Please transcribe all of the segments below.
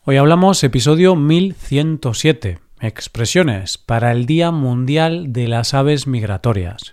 Hoy hablamos episodio 1107, expresiones para el Día Mundial de las Aves Migratorias.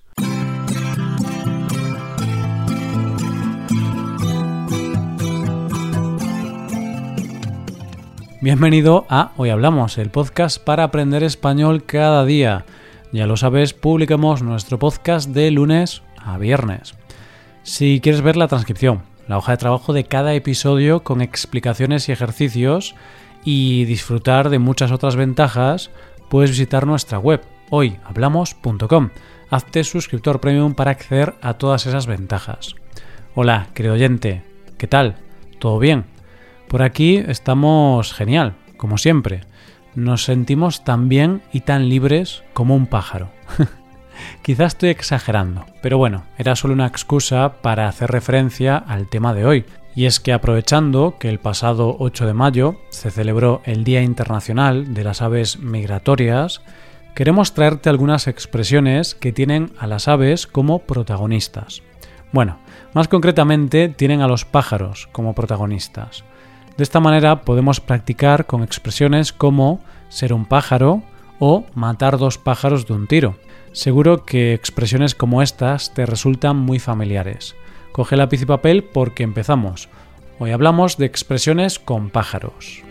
Bienvenido a Hoy Hablamos, el podcast para aprender español cada día. Ya lo sabes, publicamos nuestro podcast de lunes a viernes. Si quieres ver la transcripción, la hoja de trabajo de cada episodio con explicaciones y ejercicios y disfrutar de muchas otras ventajas, puedes visitar nuestra web hoyhablamos.com. Hazte suscriptor premium para acceder a todas esas ventajas. Hola, querido oyente, ¿qué tal? ¿Todo bien? Por aquí estamos genial, como siempre. Nos sentimos tan bien y tan libres como un pájaro. Quizás estoy exagerando, pero bueno, era solo una excusa para hacer referencia al tema de hoy. Y es que aprovechando que el pasado 8 de mayo se celebró el Día Internacional de las Aves Migratorias, queremos traerte algunas expresiones que tienen a las aves como protagonistas. Bueno, más concretamente tienen a los pájaros como protagonistas. De esta manera podemos practicar con expresiones como ser un pájaro o matar dos pájaros de un tiro. Seguro que expresiones como estas te resultan muy familiares. Coge lápiz y papel porque empezamos. Hoy hablamos de expresiones con pájaros.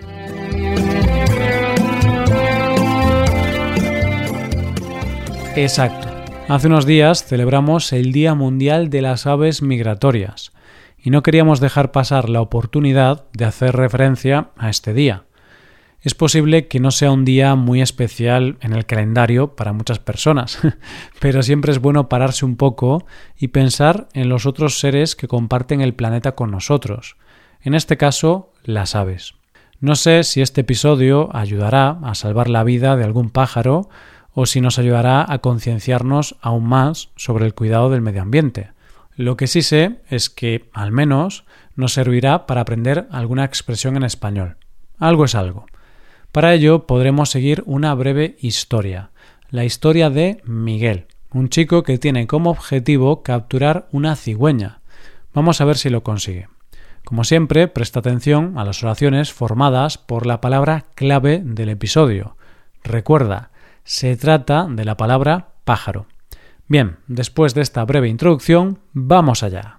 Exacto. Hace unos días celebramos el Día Mundial de las Aves Migratorias y no queríamos dejar pasar la oportunidad de hacer referencia a este día. Es posible que no sea un día muy especial en el calendario para muchas personas, pero siempre es bueno pararse un poco y pensar en los otros seres que comparten el planeta con nosotros, en este caso, las aves. No sé si este episodio ayudará a salvar la vida de algún pájaro o si nos ayudará a concienciarnos aún más sobre el cuidado del medio ambiente. Lo que sí sé es que, al menos, nos servirá para aprender alguna expresión en español. Algo es algo. Para ello podremos seguir una breve historia, la historia de Miguel, un chico que tiene como objetivo capturar una cigüeña. Vamos a ver si lo consigue. Como siempre, presta atención a las oraciones formadas por la palabra clave del episodio. Recuerda, se trata de la palabra pájaro. Bien, después de esta breve introducción, vamos allá.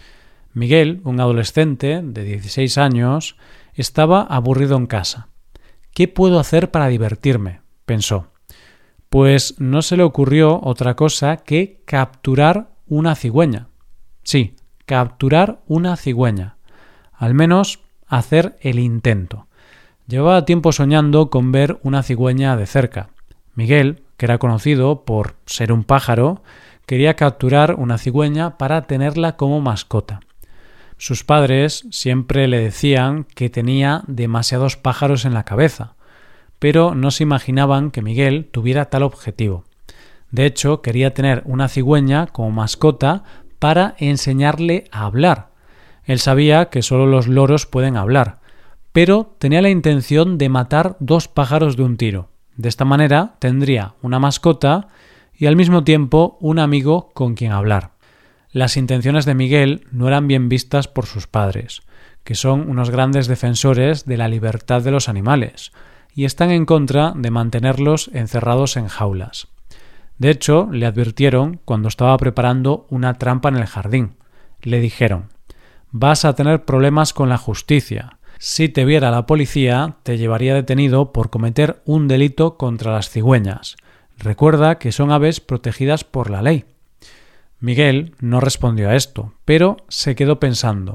Miguel, un adolescente de 16 años, estaba aburrido en casa. ¿Qué puedo hacer para divertirme?, pensó. Pues no se le ocurrió otra cosa que capturar una cigüeña. Sí, capturar una cigüeña. Al menos hacer el intento. Llevaba tiempo soñando con ver una cigüeña de cerca. Miguel, que era conocido por ser un pájaro, quería capturar una cigüeña para tenerla como mascota. Sus padres siempre le decían que tenía demasiados pájaros en la cabeza, pero no se imaginaban que Miguel tuviera tal objetivo. De hecho, quería tener una cigüeña como mascota para enseñarle a hablar. Él sabía que solo los loros pueden hablar, pero tenía la intención de matar dos pájaros de un tiro. De esta manera tendría una mascota y al mismo tiempo un amigo con quien hablar. Las intenciones de Miguel no eran bien vistas por sus padres, que son unos grandes defensores de la libertad de los animales y están en contra de mantenerlos encerrados en jaulas. De hecho, le advirtieron cuando estaba preparando una trampa en el jardín. Le dijeron: «Vas a tener problemas con la justicia. Si te viera la policía, te llevaría detenido por cometer un delito contra las cigüeñas. Recuerda que son aves protegidas por la ley». Miguel no respondió a esto, pero se quedó pensando.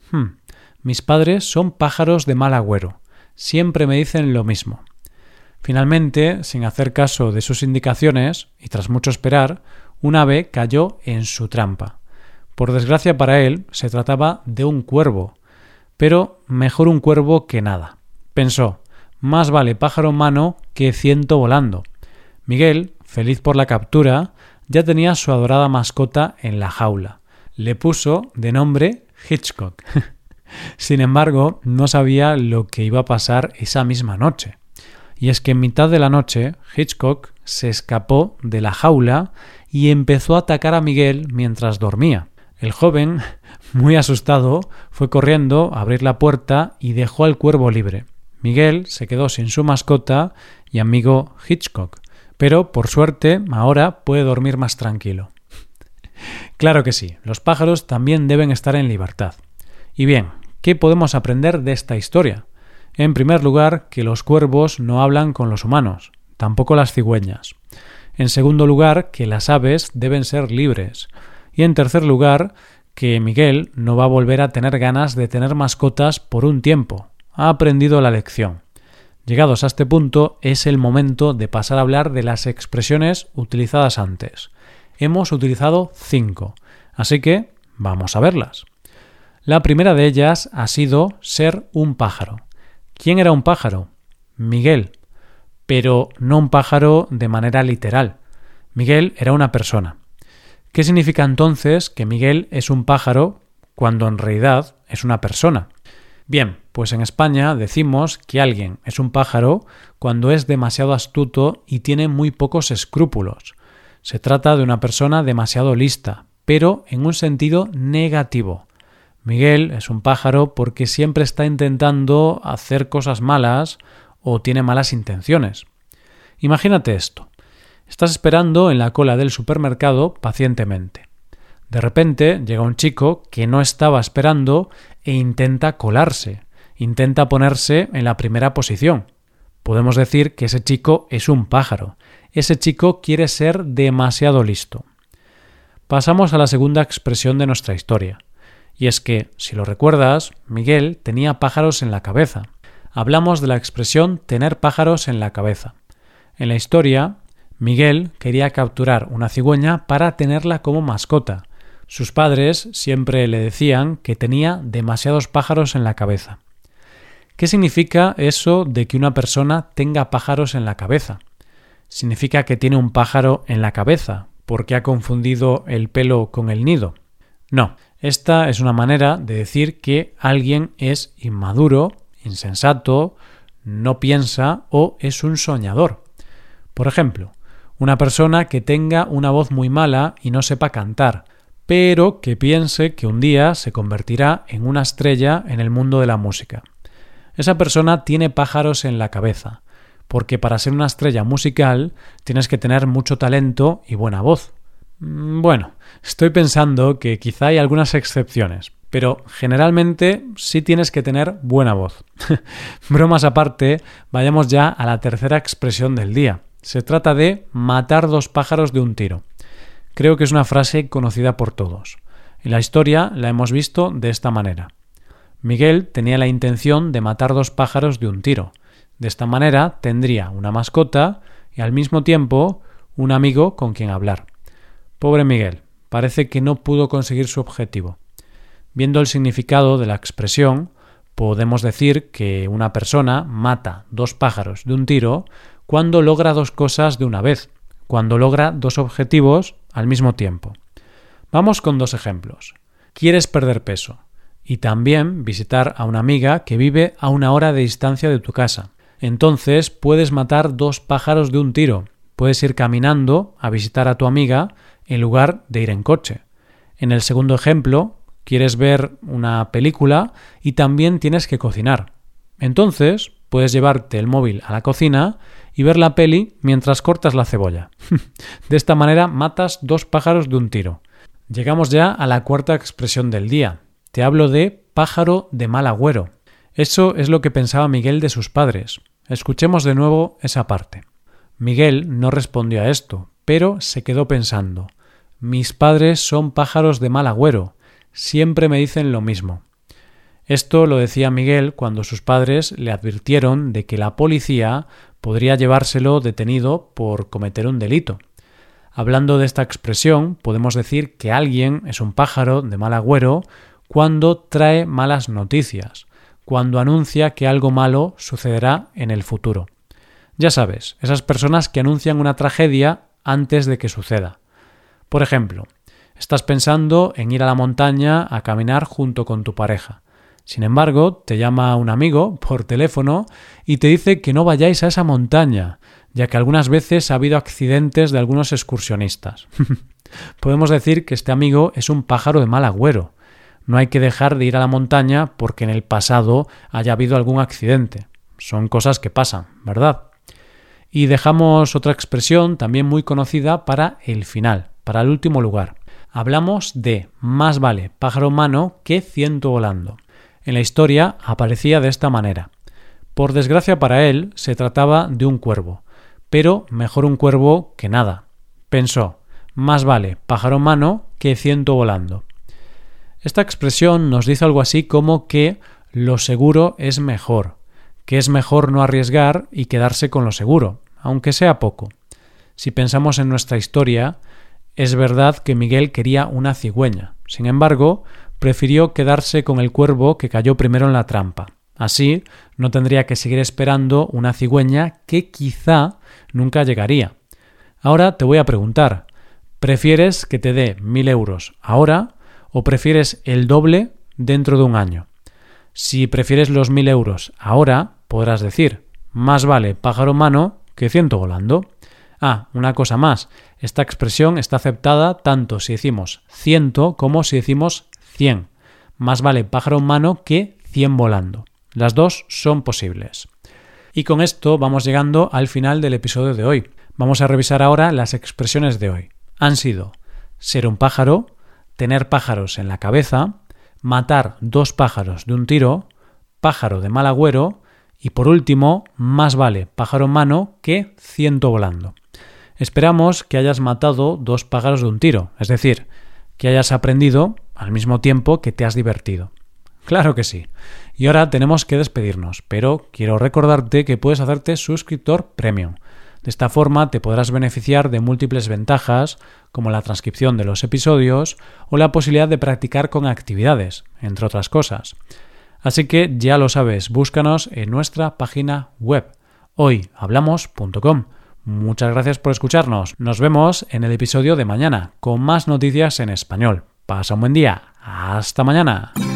Mis padres son pájaros de mal agüero. Siempre me dicen lo mismo. Finalmente, sin hacer caso de sus indicaciones, y tras mucho esperar, un ave cayó en su trampa. Por desgracia para él, se trataba de un cuervo. Pero mejor un cuervo que nada. Pensó, más vale pájaro en mano que ciento volando. Miguel, feliz por la captura, ya tenía su adorada mascota en la jaula. Le puso de nombre Hitchcock. Sin embargo, no sabía lo que iba a pasar esa misma noche. Y es que en mitad de la noche, Hitchcock se escapó de la jaula y empezó a atacar a Miguel mientras dormía. El joven, muy asustado, fue corriendo a abrir la puerta y dejó al cuervo libre. Miguel se quedó sin su mascota y amigo Hitchcock, pero por suerte ahora puede dormir más tranquilo. Claro que sí, los pájaros también deben estar en libertad. Y bien, ¿qué podemos aprender de esta historia? En primer lugar, que los cuervos no hablan con los humanos, tampoco las cigüeñas. En segundo lugar, que las aves deben ser libres. Y en tercer lugar, que Miguel no va a volver a tener ganas de tener mascotas por un tiempo. Ha aprendido la lección. Llegados a este punto, es el momento de pasar a hablar de las expresiones utilizadas antes. Hemos utilizado 5, así que vamos a verlas. La primera de ellas ha sido ser un pájaro. ¿Quién era un pájaro? Miguel, pero no un pájaro de manera literal. Miguel era una persona. ¿Qué significa entonces que Miguel es un pájaro cuando en realidad es una persona? Bien, pues en España decimos que alguien es un pájaro cuando es demasiado astuto y tiene muy pocos escrúpulos. Se trata de una persona demasiado lista, pero en un sentido negativo. Miguel es un pájaro porque siempre está intentando hacer cosas malas o tiene malas intenciones. Imagínate esto. Estás esperando en la cola del supermercado pacientemente. De repente llega un chico que no estaba esperando e intenta colarse, intenta ponerse en la primera posición. Podemos decir que ese chico es un pájaro. Ese chico quiere ser demasiado listo. Pasamos a la segunda expresión de nuestra historia. Y es que, si lo recuerdas, Miguel tenía pájaros en la cabeza. Hablamos de la expresión tener pájaros en la cabeza. En la historia, Miguel quería capturar una cigüeña para tenerla como mascota. Sus padres siempre le decían que tenía demasiados pájaros en la cabeza. ¿Qué significa eso de que una persona tenga pájaros en la cabeza? ¿Significa que tiene un pájaro en la cabeza porque ha confundido el pelo con el nido? No, esta es una manera de decir que alguien es inmaduro, insensato, no piensa o es un soñador. Por ejemplo, una persona que tenga una voz muy mala y no sepa cantar, pero que piense que un día se convertirá en una estrella en el mundo de la música. Esa persona tiene pájaros en la cabeza, porque para ser una estrella musical tienes que tener mucho talento y buena voz. Bueno, estoy pensando que quizá hay algunas excepciones, pero generalmente sí tienes que tener buena voz. Bromas aparte, vayamos ya a la tercera expresión del día. Se trata de matar 2 pájaros de un tiro. Creo que es una frase conocida por todos. En la historia la hemos visto de esta manera. Miguel tenía la intención de matar 2 pájaros de un tiro. De esta manera tendría una mascota y al mismo tiempo un amigo con quien hablar. Pobre Miguel, parece que no pudo conseguir su objetivo. Viendo el significado de la expresión, podemos decir que una persona mata 2 pájaros de un tiro cuando logra 2 cosas de una vez, cuando logra 2 objetivos al mismo tiempo. Vamos con 2 ejemplos. Quieres perder peso y también visitar a una amiga que vive a 1 hora de distancia de tu casa. Entonces puedes matar 2 pájaros de un tiro. Puedes ir caminando a visitar a tu amiga en lugar de ir en coche. En el segundo ejemplo, quieres ver una película y también tienes que cocinar. Entonces, puedes llevarte el móvil a la cocina y ver la peli mientras cortas la cebolla. De esta manera matas 2 pájaros de un tiro. Llegamos ya a la cuarta expresión del día. Te hablo de pájaro de mal agüero. Eso es lo que pensaba Miguel de sus padres. Escuchemos de nuevo esa parte. Miguel no respondió a esto, pero se quedó pensando. Mis padres son pájaros de mal agüero. Siempre me dicen lo mismo. Esto lo decía Miguel cuando sus padres le advirtieron de que la policía podría llevárselo detenido por cometer un delito. Hablando de esta expresión, podemos decir que alguien es un pájaro de mal agüero cuando trae malas noticias, cuando anuncia que algo malo sucederá en el futuro. Ya sabes, esas personas que anuncian una tragedia antes de que suceda. Por ejemplo, estás pensando en ir a la montaña a caminar junto con tu pareja. Sin embargo, te llama un amigo por teléfono y te dice que no vayáis a esa montaña, ya que algunas veces ha habido accidentes de algunos excursionistas. Podemos decir que este amigo es un pájaro de mal agüero. No hay que dejar de ir a la montaña porque en el pasado haya habido algún accidente. son cosas que pasan, ¿verdad? Y dejamos otra expresión también muy conocida para el final, para el último lugar. Hablamos de más vale pájaro en mano que ciento volando. En la historia aparecía de esta manera. Por desgracia para él, se trataba de un cuervo, pero mejor un cuervo que nada. Pensó, más vale pájaro en mano que ciento volando. Esta expresión nos dice algo así como que lo seguro es mejor, que es mejor no arriesgar y quedarse con lo seguro, aunque sea poco. Si pensamos en nuestra historia, es verdad que Miguel quería una cigüeña. Sin embargo, prefirió quedarse con el cuervo que cayó primero en la trampa. Así, no tendría que seguir esperando una cigüeña que quizá nunca llegaría. Ahora te voy a preguntar, ¿prefieres que te dé 1.000 euros ahora o prefieres el doble dentro de un año? Si prefieres los 1.000 euros ahora, podrás decir, más vale pájaro en mano que ciento volando. Ah, una cosa más, esta expresión está aceptada tanto si decimos 100 como si decimos 100. Más vale pájaro en mano que 100 volando. Las dos son posibles. Y con esto vamos llegando al final del episodio de hoy. Vamos a revisar ahora las expresiones de hoy. Han sido ser un pájaro, tener pájaros en la cabeza, matar 2 pájaros de un tiro, pájaro de mal agüero y por último, más vale pájaro en mano que 100 volando. Esperamos que hayas matado 2 pájaros de un tiro, es decir, que hayas aprendido al mismo tiempo que te has divertido. Claro que sí. Y ahora tenemos que despedirnos, pero quiero recordarte que puedes hacerte suscriptor premium. De esta forma te podrás beneficiar de múltiples ventajas, como la transcripción de los episodios o la posibilidad de practicar con actividades, entre otras cosas. Así que ya lo sabes, búscanos en nuestra página web, hoyhablamos.com. Muchas gracias por escucharnos. Nos vemos en el episodio de mañana, con más noticias en español. Pasa un buen día. Hasta mañana.